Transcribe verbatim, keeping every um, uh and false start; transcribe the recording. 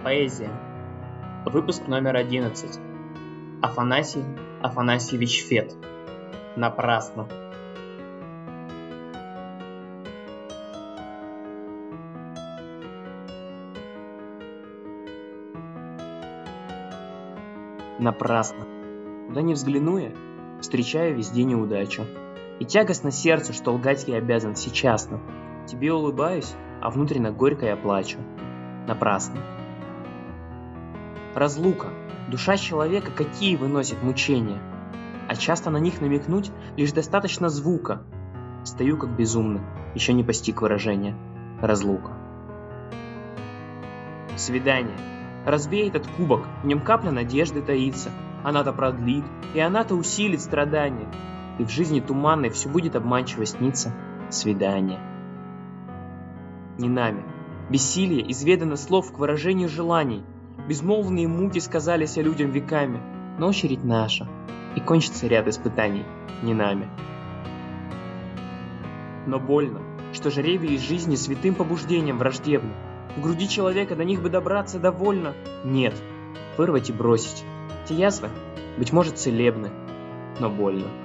Поэзия. Выпуск номер одиннадцать. Афанасий Афанасьевич Фет. Напрасно. Напрасно. Куда ни взгляну я, встречаю везде неудачу. И тягостно сердцу, что лгать я обязан всечасно. Тебе улыбаюсь, а внутренно горько я плачу. Напрасно. Разлука. Душа человека какие выносит мучения. А часто на них намекнуть лишь достаточно звука. Стою как безумный, еще не постиг выражения. Разлука. Свидание. Разбей этот кубок, в нем капля надежды таится. Она-то продлит, и она-то усилит страдания. И в жизни туманной все будет обманчиво сниться. Свидание. Не нами. Бессилие изведано слов к выражению желаний. Безмолвные муки сказались о людям веками. Но очередь наша, и кончится ряд испытаний не нами. Но больно, что жребий из жизни святым побуждением враждебно. В груди человека до них бы добраться довольно. Нет, вырвать и бросить. Те язвы, быть может, целебны, но больно.